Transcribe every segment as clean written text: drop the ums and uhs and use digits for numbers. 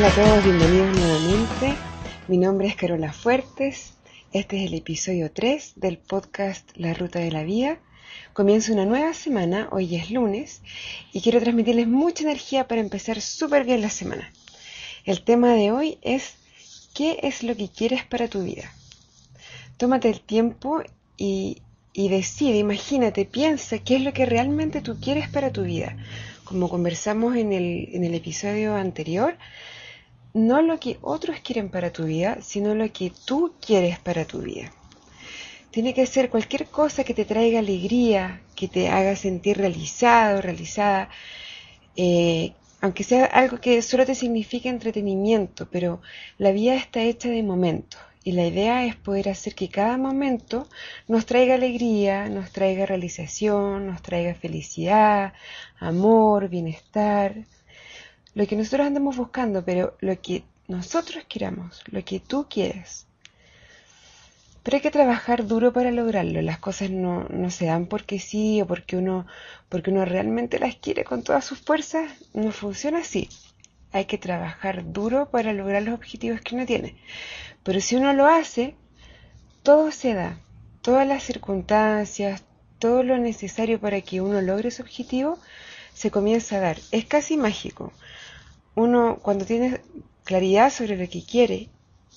Hola a todos, bienvenidos nuevamente. Mi nombre es Carola Fuertes. Este es el episodio 3 del podcast La Ruta de la Vida. Comienza una nueva semana, hoy es lunes, y quiero transmitirles mucha energía para empezar súper bien la semana. El tema de hoy es ¿qué es lo que quieres para tu vida? Tómate el tiempo y decide, imagínate, piensa qué es lo que realmente tú quieres para tu vida. Como conversamos en el episodio anterior, no lo que otros quieren para tu vida, sino lo que tú quieres para tu vida. Tiene que ser cualquier cosa que te traiga alegría, que te haga sentir realizado, realizada, aunque sea algo que solo te signifique entretenimiento, pero la vida está hecha de momentos y la idea es poder hacer que cada momento nos traiga alegría, nos traiga realización, nos traiga felicidad, amor, bienestar, lo que nosotros andamos buscando, pero lo que nosotros queramos, lo que tú quieres. Pero hay que trabajar duro para lograrlo. Las cosas no se dan porque sí o porque uno realmente las quiere con todas sus fuerzas. No funciona así. Hay que trabajar duro para lograr los objetivos que uno tiene. Pero si uno lo hace, todo se da. Todas las circunstancias, todo lo necesario para que uno logre su objetivo, se comienza a dar. Es casi mágico. Uno, cuando tiene claridad sobre lo que quiere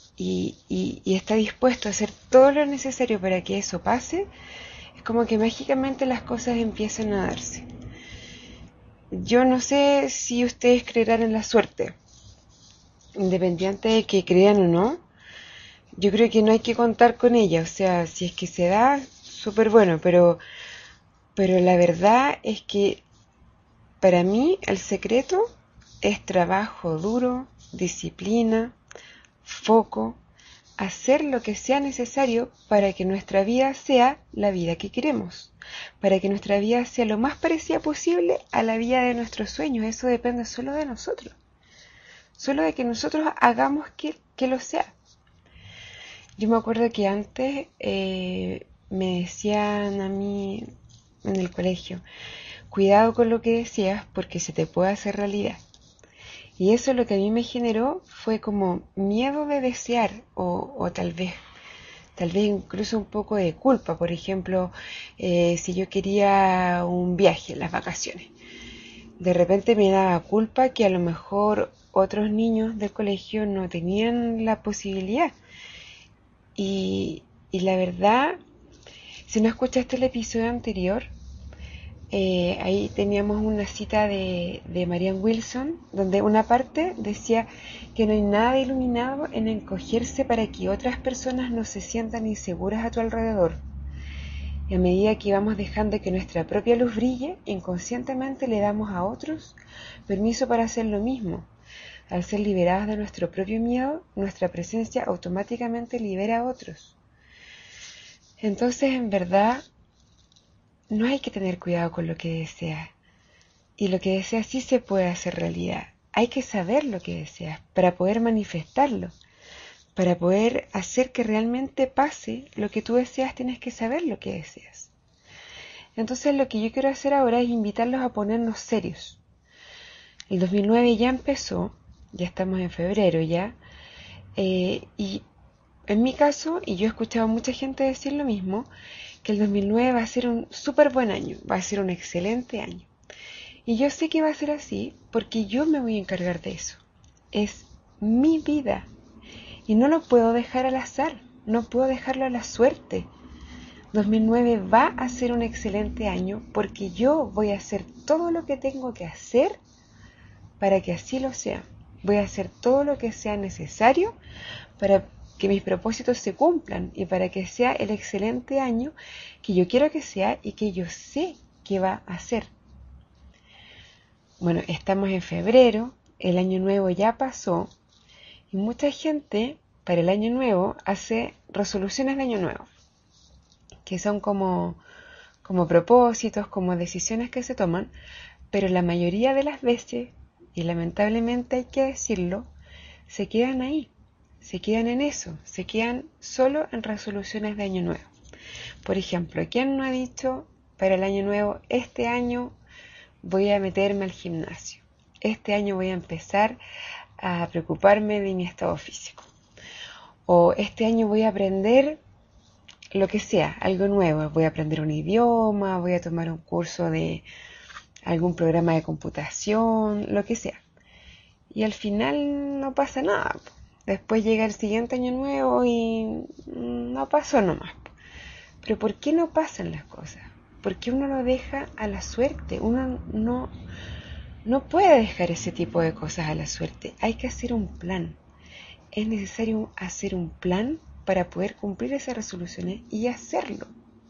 y está dispuesto a hacer todo lo necesario para que eso pase, es como que mágicamente las cosas empiezan a darse. Yo no sé si ustedes creerán en la suerte, independiente de que crean o no. Yo creo que no hay que contar con ella, o sea, si es que se da, súper bueno, pero la verdad es que para mí el secreto es trabajo duro, disciplina, foco, hacer lo que sea necesario para que nuestra vida sea la vida que queremos, para que nuestra vida sea lo más parecida posible a la vida de nuestros sueños. Eso depende solo de nosotros, solo de que nosotros hagamos que lo sea. Yo me acuerdo que antes me decían a mí en el colegio, cuidado con lo que deseas porque se te puede hacer realidad. Y eso lo que a mí me generó fue como miedo de desear o tal vez incluso un poco de culpa. Por ejemplo, si yo quería un viaje, las vacaciones, de repente me daba culpa que a lo mejor otros niños del colegio no tenían la posibilidad. Y la verdad, si no escuchaste el episodio anterior, ahí teníamos una cita de Marianne Wilson, donde una parte decía que no hay nada iluminado en encogerse para que otras personas no se sientan inseguras a tu alrededor. Y a medida que vamos dejando que nuestra propia luz brille, inconscientemente le damos a otros permiso para hacer lo mismo. Al ser liberados de nuestro propio miedo, nuestra presencia automáticamente libera a otros. Entonces, en verdad, no hay que tener cuidado con lo que deseas. Y lo que deseas sí se puede hacer realidad. Hay que saber lo que deseas para poder manifestarlo. Para poder hacer que realmente pase lo que tú deseas, tienes que saber lo que deseas. Entonces lo que yo quiero hacer ahora es invitarlos a ponernos serios. El 2009 ya empezó, ya estamos en febrero ya, y en mi caso, y yo he escuchado a mucha gente decir lo mismo, que el 2009 va a ser un súper buen año, va a ser un excelente año. Y yo sé que va a ser así porque yo me voy a encargar de eso. Es mi vida. Y no lo puedo dejar al azar, no puedo dejarlo a la suerte. 2009 va a ser un excelente año porque yo voy a hacer todo lo que tengo que hacer para que así lo sea. Voy a hacer todo lo que sea necesario para que mis propósitos se cumplan y para que sea el excelente año que yo quiero que sea y que yo sé que va a ser. Bueno, estamos en febrero, el año nuevo ya pasó y mucha gente para el año nuevo hace resoluciones de año nuevo, que son como propósitos, como decisiones que se toman, pero la mayoría de las veces, y lamentablemente hay que decirlo, se quedan ahí, se quedan en eso, se quedan solo en resoluciones de año nuevo. Por ejemplo, ¿quién no ha dicho para el año nuevo, este año voy a meterme al gimnasio? Este año voy a empezar a preocuparme de mi estado físico. O este año voy a aprender lo que sea, algo nuevo. Voy a aprender un idioma, voy a tomar un curso de algún programa de computación, lo que sea. Y al final no pasa nada. Después llega el siguiente año nuevo y no pasó nomás. Pero ¿por qué no pasan las cosas? Porque uno lo deja a la suerte. Uno no puede dejar ese tipo de cosas a la suerte. Hay que hacer un plan. Es necesario hacer un plan para poder cumplir esas resoluciones y hacerlo.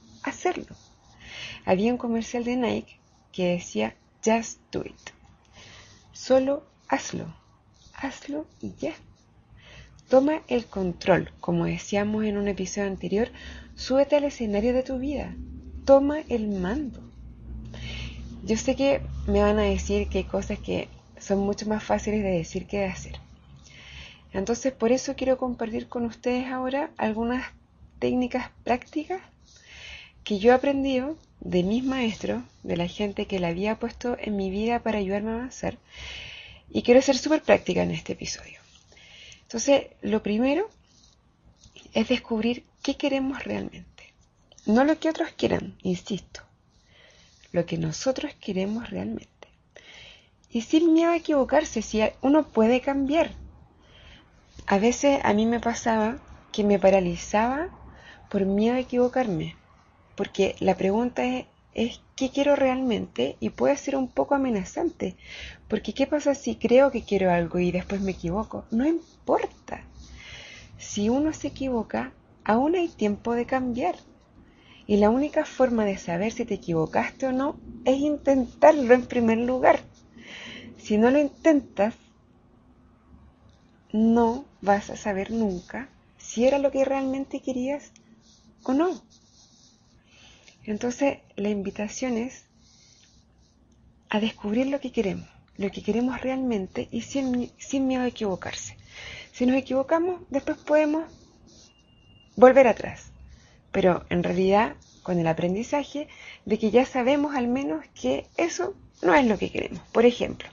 Había un comercial de Nike que decía Just do it. Solo hazlo y ya. Toma el control, como decíamos en un episodio anterior, súbete al escenario de tu vida, toma el mando. Yo sé que me van a decir que hay cosas que son mucho más fáciles de decir que de hacer. Entonces, por eso quiero compartir con ustedes ahora algunas técnicas prácticas que yo he aprendido de mis maestros, de la gente que la había puesto en mi vida para ayudarme a avanzar, y quiero ser súper práctica en este episodio. Entonces, lo primero es descubrir qué queremos realmente. No lo que otros quieran, insisto. Lo que nosotros queremos realmente. Y sin miedo a equivocarse, si uno puede cambiar. A veces a mí me pasaba que me paralizaba por miedo a equivocarme. Porque la pregunta es ¿qué quiero realmente? Y puede ser un poco amenazante. Porque ¿qué pasa si creo que quiero algo y después me equivoco? No importa. Si uno se equivoca, aún hay tiempo de cambiar. Y la única forma de saber si te equivocaste o no es intentarlo en primer lugar. Si no lo intentas, no vas a saber nunca si era lo que realmente querías o no. Entonces, la invitación es a descubrir lo que queremos realmente y sin miedo a equivocarse. Si nos equivocamos, después podemos volver atrás, pero en realidad con el aprendizaje de que ya sabemos al menos que eso no es lo que queremos. Por ejemplo,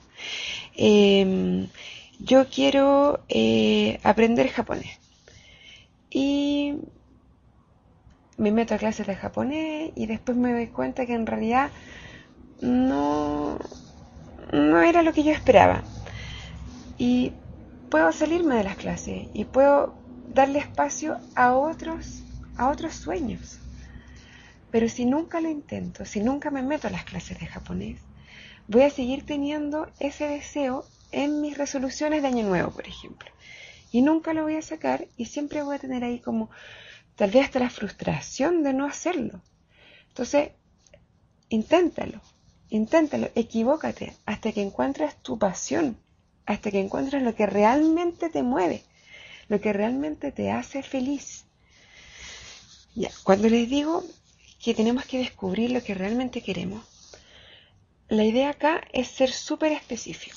yo quiero aprender japonés y me meto a clases de japonés y después me doy cuenta que en realidad no era lo que yo esperaba. Y puedo salirme de las clases y puedo darle espacio a otros sueños. Pero si nunca lo intento, si nunca me meto a las clases de japonés, voy a seguir teniendo ese deseo en mis resoluciones de año nuevo, por ejemplo. Y nunca lo voy a sacar y siempre voy a tener ahí como tal vez hasta la frustración de no hacerlo. Entonces, inténtalo, equivócate hasta que encuentres tu pasión, hasta que encuentres lo que realmente te mueve, lo que realmente te hace feliz. Ya, cuando les digo que tenemos que descubrir lo que realmente queremos, la idea acá es ser súper específico.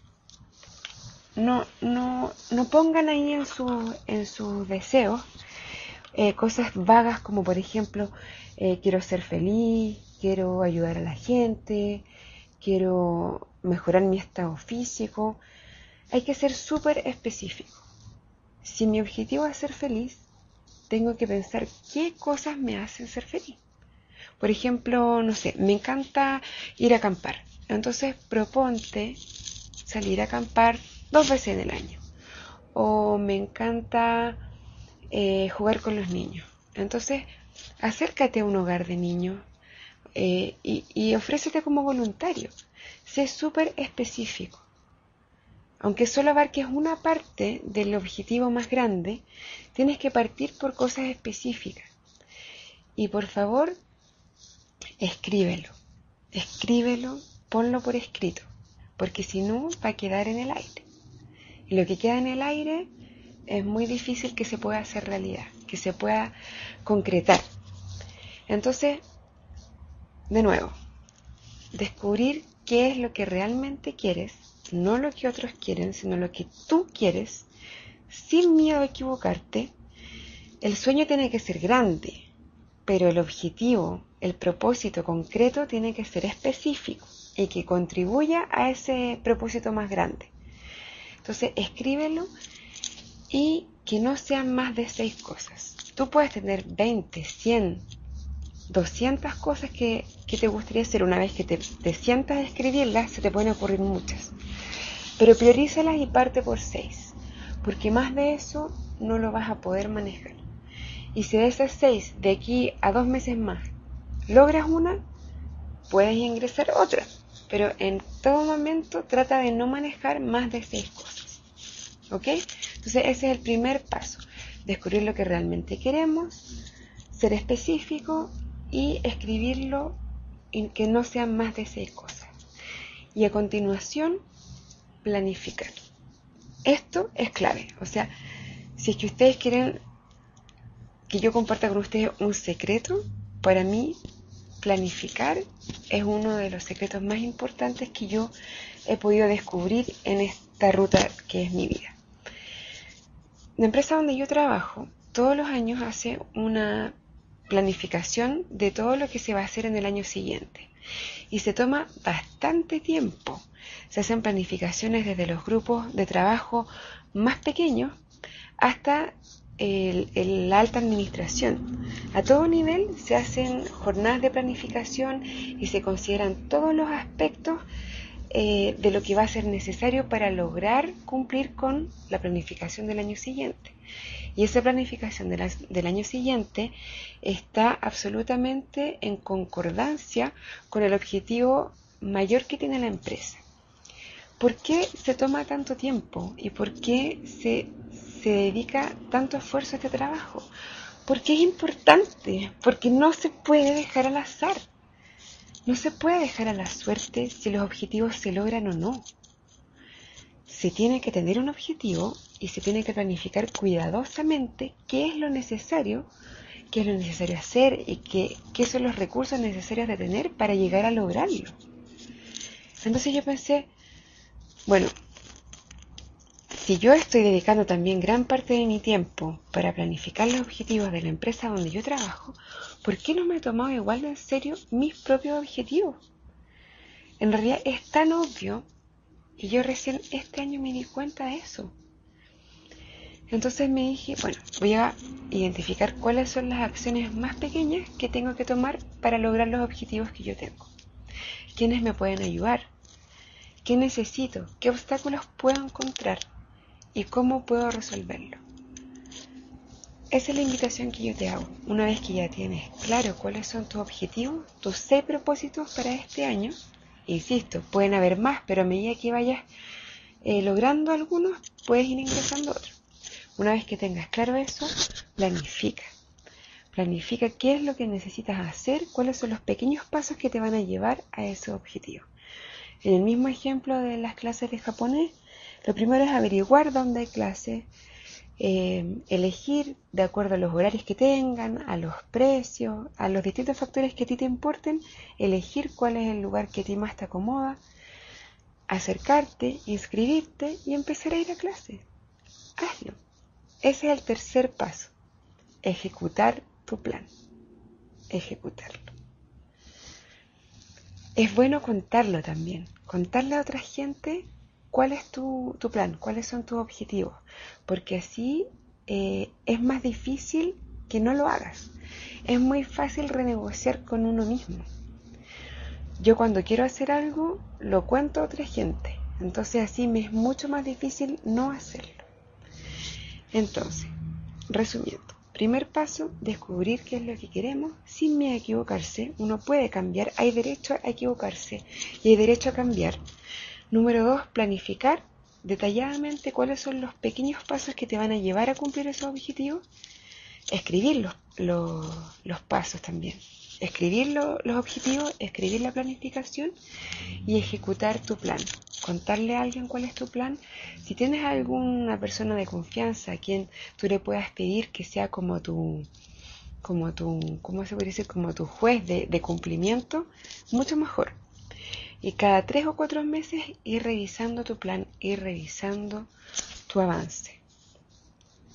No pongan ahí en sus deseos cosas vagas como por ejemplo quiero ser feliz, quiero ayudar a la gente, quiero mejorar mi estado físico. Hay que ser súper específico. Si mi objetivo es ser feliz, tengo que pensar qué cosas me hacen ser feliz. Por ejemplo, no sé, me encanta ir a acampar. Entonces proponte salir a acampar 2 veces en el año. O me encanta jugar con los niños. Entonces, acércate a un hogar de niños y ofrécete como voluntario. Sé súper específico. Aunque solo abarques una parte del objetivo más grande, tienes que partir por cosas específicas. Y por favor, escríbelo, ponlo por escrito, porque si no va a quedar en el aire. Y lo que queda en el aire es muy difícil que se pueda hacer realidad, que se pueda concretar. Entonces, de nuevo, descubrir qué es lo que realmente quieres, no lo que otros quieren, sino lo que tú quieres, sin miedo a equivocarte. El sueño tiene que ser grande, pero el objetivo, el propósito concreto tiene que ser específico y que contribuya a ese propósito más grande. Entonces, escríbelo y que no sean más de 6 cosas. Tú puedes tener 20, 100, 200 cosas que te gustaría hacer. Una vez que te sientas a escribirlas, se te pueden ocurrir muchas. Pero priorízalas y parte por 6, porque más de eso no lo vas a poder manejar. Y si de esas 6, de aquí a 2 meses más, logras una, puedes ingresar otra. Pero en todo momento trata de no manejar más de 6 cosas. ¿Ok? Entonces ese es el primer paso. Descubrir lo que realmente queremos, ser específico y escribirlo en que no sean más de 6 cosas. Y a continuación, planificar. Esto es clave. O sea, si es que ustedes quieren que yo comparta con ustedes un secreto, para mí planificar es uno de los secretos más importantes que yo he podido descubrir en esta ruta que es mi vida. La empresa donde yo trabajo todos los años hace una planificación de todo lo que se va a hacer en el año siguiente y se toma bastante tiempo. Se hacen planificaciones desde los grupos de trabajo más pequeños hasta la alta administración. A todo nivel se hacen jornadas de planificación y se consideran todos los aspectos de lo que va a ser necesario para lograr cumplir con la planificación del año siguiente. Y esa planificación del año siguiente está absolutamente en concordancia con el objetivo mayor que tiene la empresa. ¿Por qué se toma tanto tiempo y por qué se dedica tanto esfuerzo a este trabajo? Porque es importante, porque no se puede dejar al azar. No se puede dejar a la suerte si los objetivos se logran o no. Se tiene que tener un objetivo y se tiene que planificar cuidadosamente qué es lo necesario hacer y qué son los recursos necesarios de tener para llegar a lograrlo. Entonces yo pensé, bueno, si yo estoy dedicando también gran parte de mi tiempo para planificar los objetivos de la empresa donde yo trabajo, ¿por qué no me he tomado igual de en serio mis propios objetivos? En realidad es tan obvio y yo recién este año me di cuenta de eso. Entonces me dije, bueno, voy a identificar cuáles son las acciones más pequeñas que tengo que tomar para lograr los objetivos que yo tengo. ¿Quiénes me pueden ayudar? ¿Qué necesito? ¿Qué obstáculos puedo encontrar? ¿Y cómo puedo resolverlo? Esa es la invitación que yo te hago. Una vez que ya tienes claro cuáles son tus objetivos, tus 6 propósitos para este año, insisto, pueden haber más, pero a medida que vayas logrando algunos, puedes ir ingresando otros. Una vez que tengas claro eso, planifica. Planifica qué es lo que necesitas hacer, cuáles son los pequeños pasos que te van a llevar a ese objetivo. En el mismo ejemplo de las clases de japonés, lo primero es averiguar dónde hay clases, elegir de acuerdo a los horarios que tengan, a los precios, a los distintos factores que a ti te importen, elegir cuál es el lugar que a ti más te acomoda, acercarte, inscribirte y empezar a ir a clase. Hazlo. Ese es el tercer paso. Ejecutar tu plan. Ejecutarlo. Es bueno contarlo también. Contarle a otra gente cuál es tu plan, cuáles son tus objetivos. Porque así es más difícil que no lo hagas. Es muy fácil renegociar con uno mismo. Yo cuando quiero hacer algo, lo cuento a otra gente. Entonces así me es mucho más difícil no hacerlo. Entonces, resumiendo, primer paso, descubrir qué es lo que queremos sin miedo a equivocarse. Uno puede cambiar, hay derecho a equivocarse y hay derecho a cambiar. Número 2, planificar detalladamente cuáles son los pequeños pasos que te van a llevar a cumplir esos objetivos. Escribir los pasos también. Escribir los objetivos, escribir la planificación y ejecutar tu plan. Contarle a alguien cuál es tu plan. Si tienes alguna persona de confianza a quien tú le puedas pedir que sea como tu ¿cómo se puede decir? Como tu juez de cumplimiento, mucho mejor. Y cada 3 o 4 meses ir revisando tu plan, ir revisando tu avance.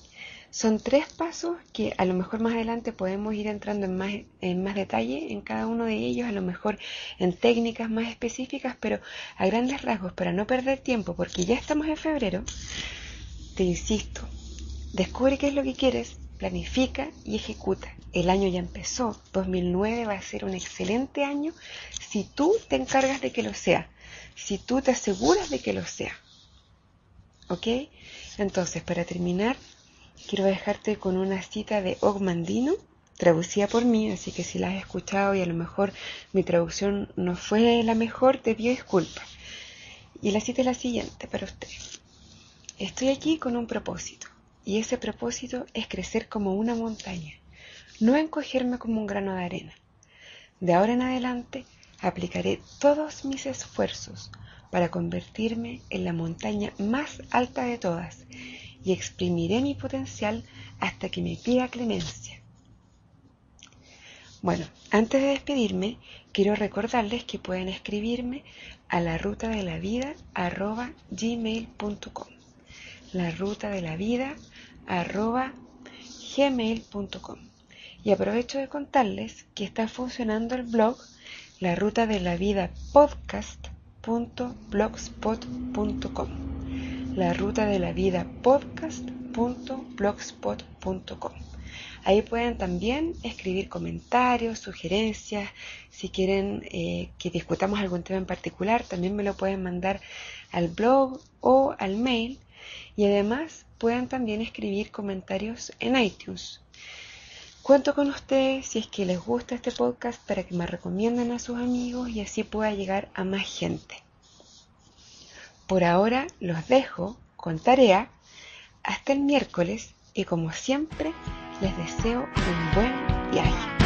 Son 3 pasos que a lo mejor más adelante podemos ir entrando en más detalle en cada uno de ellos, a lo mejor en técnicas más específicas, pero a grandes rasgos, para no perder tiempo, porque ya estamos en febrero, te insisto, descubre qué es lo que quieres, planifica y ejecuta. El año ya empezó, 2009 va a ser un excelente año si tú te encargas de que lo sea, si tú te aseguras de que lo sea. ¿Ok? Entonces, para terminar, quiero dejarte con una cita de Og Mandino, traducida por mí, así que si la has escuchado y a lo mejor mi traducción no fue la mejor, te pido disculpas. Y la cita es la siguiente para ustedes. Estoy aquí con un propósito, y ese propósito es crecer como una montaña, no encogerme como un grano de arena. De ahora en adelante, aplicaré todos mis esfuerzos para convertirme en la montaña más alta de todas y exprimiré mi potencial hasta que me pida clemencia. Bueno, antes de despedirme, quiero recordarles que pueden escribirme a larutadelavida@gmail.com, larutadelavida@gmail.com. Y aprovecho de contarles que está funcionando el blog La Ruta de la Vida podcast.blogspot.com, La Ruta de la Vida podcast.blogspot.com. Ahí pueden también escribir comentarios, sugerencias, si quieren que discutamos algún tema en particular, también me lo pueden mandar al blog o al mail, y además pueden también escribir comentarios en iTunes. Cuento con ustedes si es que les gusta este podcast para que me recomienden a sus amigos y así pueda llegar a más gente. Por ahora los dejo con tarea hasta el miércoles y como siempre les deseo un buen viaje.